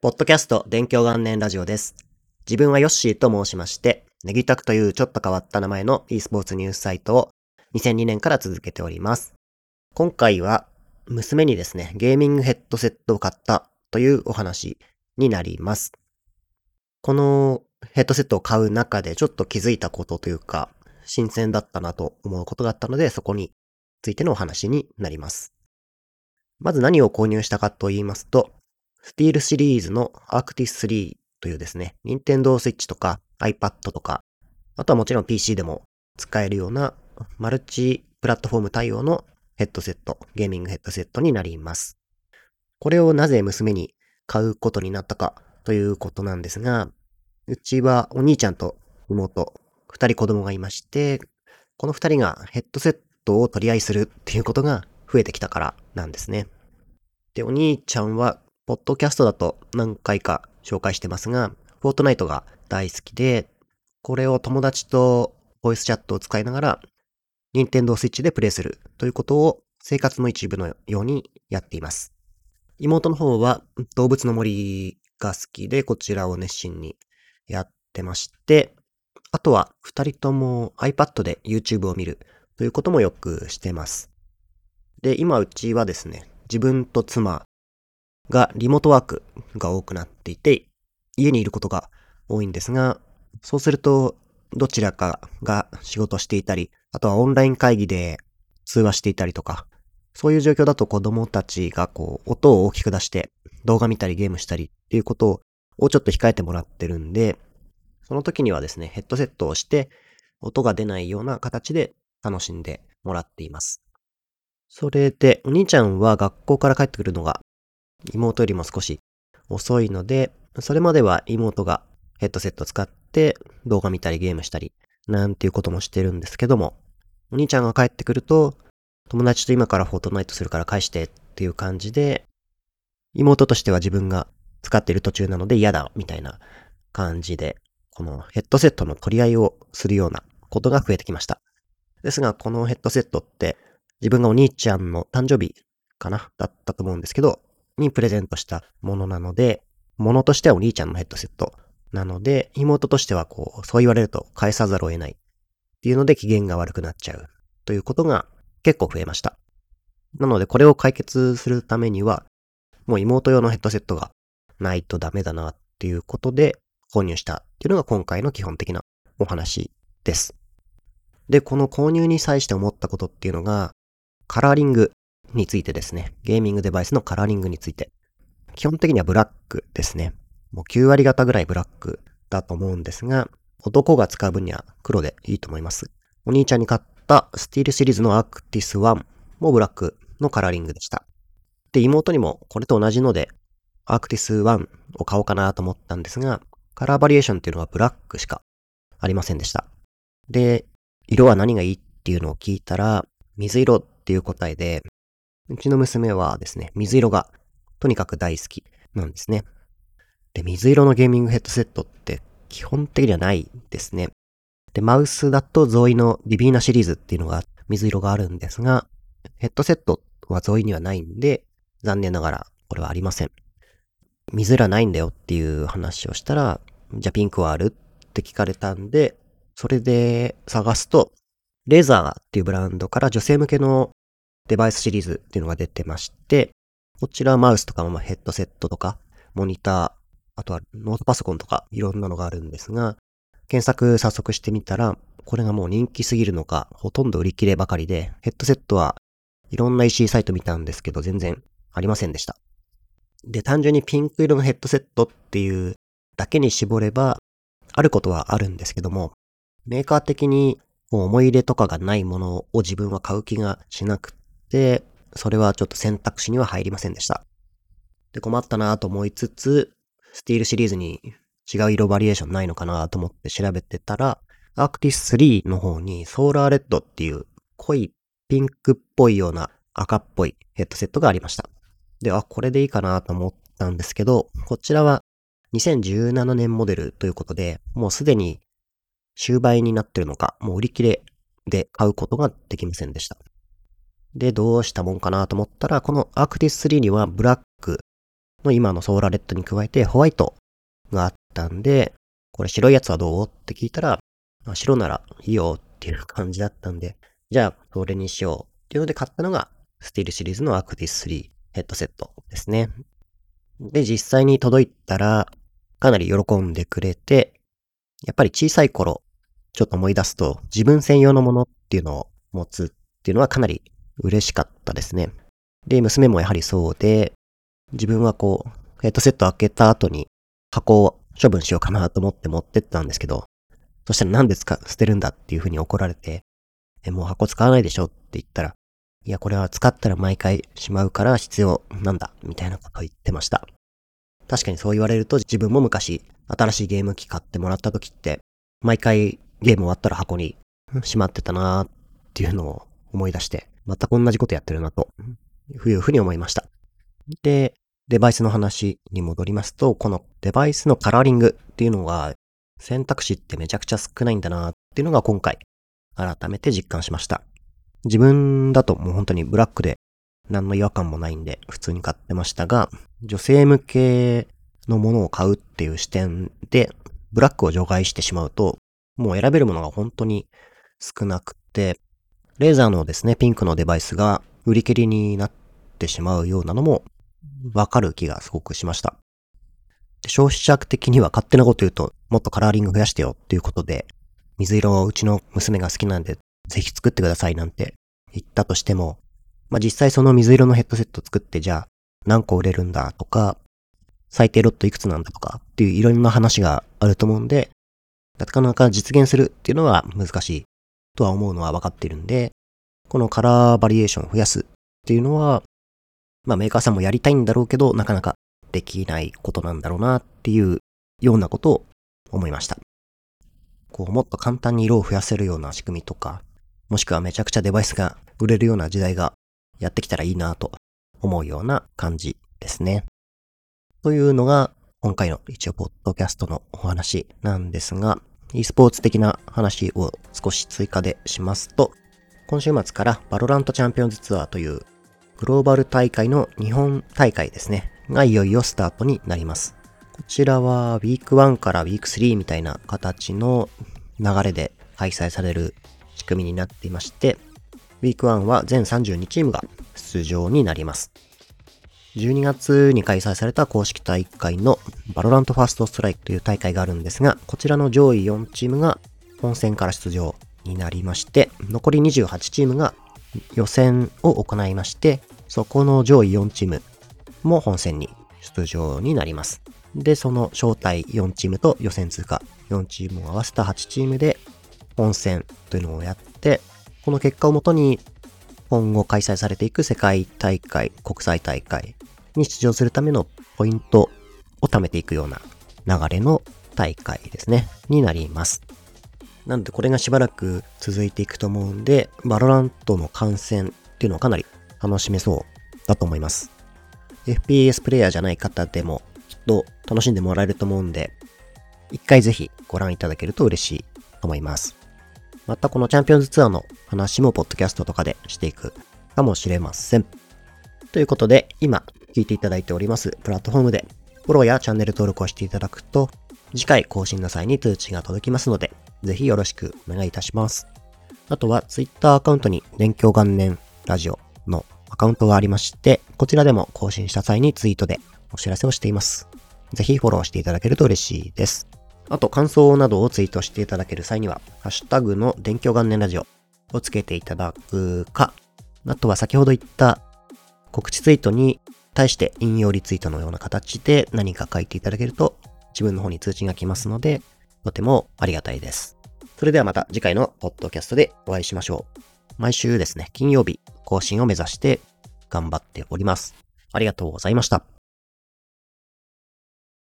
ポッドキャスト勉強元年ラジオです。自分はヨッシーと申しまして、ネギタクというちょっと変わった名前の e スポーツニュースサイトを2002年から続けております。今回は娘にですね、ゲーミングヘッドセットを買ったというお話になります。このヘッドセットを買う中でちょっと気づいたことというか、新鮮だったなと思うことがあったので、そこについてのお話になります。まず何を購入したかと言いますと、スティールシリーズのアークティス3というですね、Nintendo Switch とか iPad とか、あとはもちろん PC でも使えるようなマルチプラットフォーム対応のヘッドセット、ゲーミングヘッドセットになります。これをなぜ娘に買うことになったかということなんですが、うちはお兄ちゃんと妹、二人子供がいまして、この二人がヘッドセットを取り合いするっていうことが増えてきたからなんですね。で、お兄ちゃんはポッドキャストだと何回か紹介してますが、フォートナイトが大好きで、これを友達とボイスチャットを使いながら、Nintendo Switch でプレイするということを生活の一部のようにやっています。妹の方は動物の森が好きで、こちらを熱心にやってまして、あとは二人とも iPad で YouTube を見るということもよくしてます。で、今うちはですね、自分と妻がリモートワークが多くなっていて、家にいることが多いんですが、そうするとどちらかが仕事していたり、あとはオンライン会議で通話していたりとか、そういう状況だと子供たちが音を大きく出して動画見たりゲームしたりっていうことをちょっと控えてもらってるんで、その時にはですね、ヘッドセットをして音が出ないような形で楽しんでもらっています。それで、お兄ちゃんは学校から帰ってくるのが妹よりも少し遅いので、それまでは妹がヘッドセット使って動画見たりゲームしたりなんていうこともしてるんですけども、お兄ちゃんが帰ってくると、友達と今からフォートナイトするから返してっていう感じで、妹としては自分が使っている途中なので嫌だみたいな感じで、このヘッドセットの取り合いをするようなことが増えてきました。ですが、このヘッドセットって自分がお兄ちゃんの誕生日かなだったと思うんですけど、にプレゼントしたものなので、ものとしてはお兄ちゃんのヘッドセットなので、妹としてはそう言われると返さざるを得ないっていうので機嫌が悪くなっちゃうということが結構増えました。なのでこれを解決するためには、もう妹用のヘッドセットがないとダメだなっていうことで購入したっていうのが今回の基本的なお話です。で、この購入に際して思ったことっていうのが、カラーリングについてですね。ゲーミングデバイスのカラーリングについて。基本的にはブラックですね。もう9割方ぐらいブラックだと思うんですが、男が使う分には黒でいいと思います。お兄ちゃんに買ったスティールシリーズのアクティス1もブラックのカラーリングでした。で、妹にもこれと同じので、アクティス1を買おうかなと思ったんですが、カラーバリエーションっていうのはブラックしかありませんでした。で、色は何がいいっていうのを聞いたら、水色っていう答えで、うちの娘はですね、水色がとにかく大好きなんですね。で、水色のゲーミングヘッドセットって基本的にはないですね。で、マウスだとゾイのディビーナシリーズっていうのが水色があるんですが、ヘッドセットはゾイにはないんで、残念ながらこれはありません。水色はないんだよっていう話をしたら、じゃあピンクはあるって聞かれたんで、それで探すと、レザーっていうブランドから女性向けのデバイスシリーズっていうのが出てまして、こちらマウスとかもヘッドセットとか、モニター、あとはノートパソコンとかいろんなのがあるんですが、検索早速してみたら、これがもう人気すぎるのか、ほとんど売り切ればかりで、ヘッドセットはいろんな EC サイト見たんですけど、全然ありませんでした。で、単純にピンク色のヘッドセットっていうだけに絞れば、あることはあるんですけども、メーカー的に思い入れとかがないものを自分は買う気がしなくて、それはちょっと選択肢には入りませんでした。で、困ったなと思いつつ、スティールシリーズに違う色バリエーションないのかなと思って調べてたら、アークティス3の方にソーラーレッドっていう濃いピンクっぽいような赤っぽいヘッドセットがありました。で、これでいいかなと思ったんですけど、こちらは2017年モデルということで、もうすでに終売になってるのか、もう売り切れで買うことができませんでした。で、どうしたもんかなと思ったら、このアークティス3にはブラックの今のソーラーレッドに加えてホワイトがあったんで、これ白いやつはどうって聞いたら、白ならいいよっていう感じだったんで、じゃあそれにしようっていうので買ったのがスティールシリーズのアクティス3ヘッドセットですね。で、実際に届いたらかなり喜んでくれて、やっぱり小さい頃ちょっと思い出すと自分専用のものっていうのを持つっていうのはかなり嬉しかったですね。で、娘もやはりそうで、自分はこうヘッドセット開けた後に箱を処分しようかなと思って持ってったんですけど、そしたら何で捨てるんだっていう風に怒られて、もう箱使わないでしょって言ったら、いやこれは使ったら毎回しまうから必要なんだ、みたいなことを言ってました。確かにそう言われると自分も昔新しいゲーム機買ってもらった時って、毎回ゲーム終わったら箱にしまってたなーっていうのを思い出して、また同じことやってるなと、いうふうに思いました。で、デバイスの話に戻りますと、このデバイスのカラーリングっていうのが選択肢ってめちゃくちゃ少ないんだなっていうのが今回改めて実感しました。自分だともう本当にブラックで何の違和感もないんで普通に買ってましたが、女性向けのものを買うっていう視点でブラックを除外してしまうと、もう選べるものが本当に少なくて、レーザーのですね、ピンクのデバイスが売り切りになってしまうようなのもわかる気がすごくしました。消費者的には勝手なこと言うと、もっとカラーリング増やしてよっていうことで、水色をうちの娘が好きなんで、ぜひ作ってくださいなんて言ったとしても、実際その水色のヘッドセット作ってじゃあ何個売れるんだとか、最低ロットいくつなんだとかっていういろんな話があると思うんで、なかなか実現するっていうのは難しいとは思うのは分かっているんで、このカラーバリエーションを増やすっていうのは、メーカーさんもやりたいんだろうけど、なかなかできないことなんだろうなっていうようなことを思いました。もっと簡単に色を増やせるような仕組みとか、もしくはめちゃくちゃデバイスが売れるような時代がやってきたらいいなと思うような感じですね。というのが今回の一応ポッドキャストのお話なんですが、e スポーツ的な話を少し追加でしますと、今週末からバロラントチャンピオンズツアーというグローバル大会の日本大会ですね、がいよいよスタートになります。こちらはウィーク1からウィーク3みたいな形の流れで開催される仕組みになっていまして、ウィーク1は全32チームが出場になります。12月に開催された公式大会のバロラントファーストストライクという大会があるんですが、こちらの上位4チームが本戦から出場になりまして、残り28チームが予選を行いまして、そこの上位4チームも本戦に出場になります。で、その招待4チームと予選通過4チームを合わせた8チームで本戦というのをやって、この結果をもとに今後開催されていく世界大会、国際大会に出場するためのポイントを貯めていくような流れの大会ですね、になります。なのでこれがしばらく続いていくと思うんで、バロラントの観戦っていうのはかなり楽しめそうだと思います。FPS プレイヤーじゃない方でもきっと楽しんでもらえると思うんで、一回ぜひご覧いただけると嬉しいと思います。またこのチャンピオンズツアーの話もポッドキャストとかでしていくかもしれません。ということで、今聞いていただいておりますプラットフォームでフォローやチャンネル登録をしていただくと、次回更新の際に通知が届きますので、ぜひよろしくお願いいたします。あとは Twitter アカウントに勉強元年ラジオのアカウントがありまして、こちらでも更新した際にツイートでお知らせをしています。ぜひフォローしていただけると嬉しいです。あと感想などをツイートしていただける際には、ハッシュタグの勉強元年ラジオをつけていただくか、あとは先ほど言った告知ツイートに対して引用リツイートのような形で何か書いていただけると自分の方に通知が来ますので、とてもありがたいです。それではまた次回のポッドキャストでお会いしましょう。毎週ですね、金曜日更新を目指して頑張っております。ありがとうございました。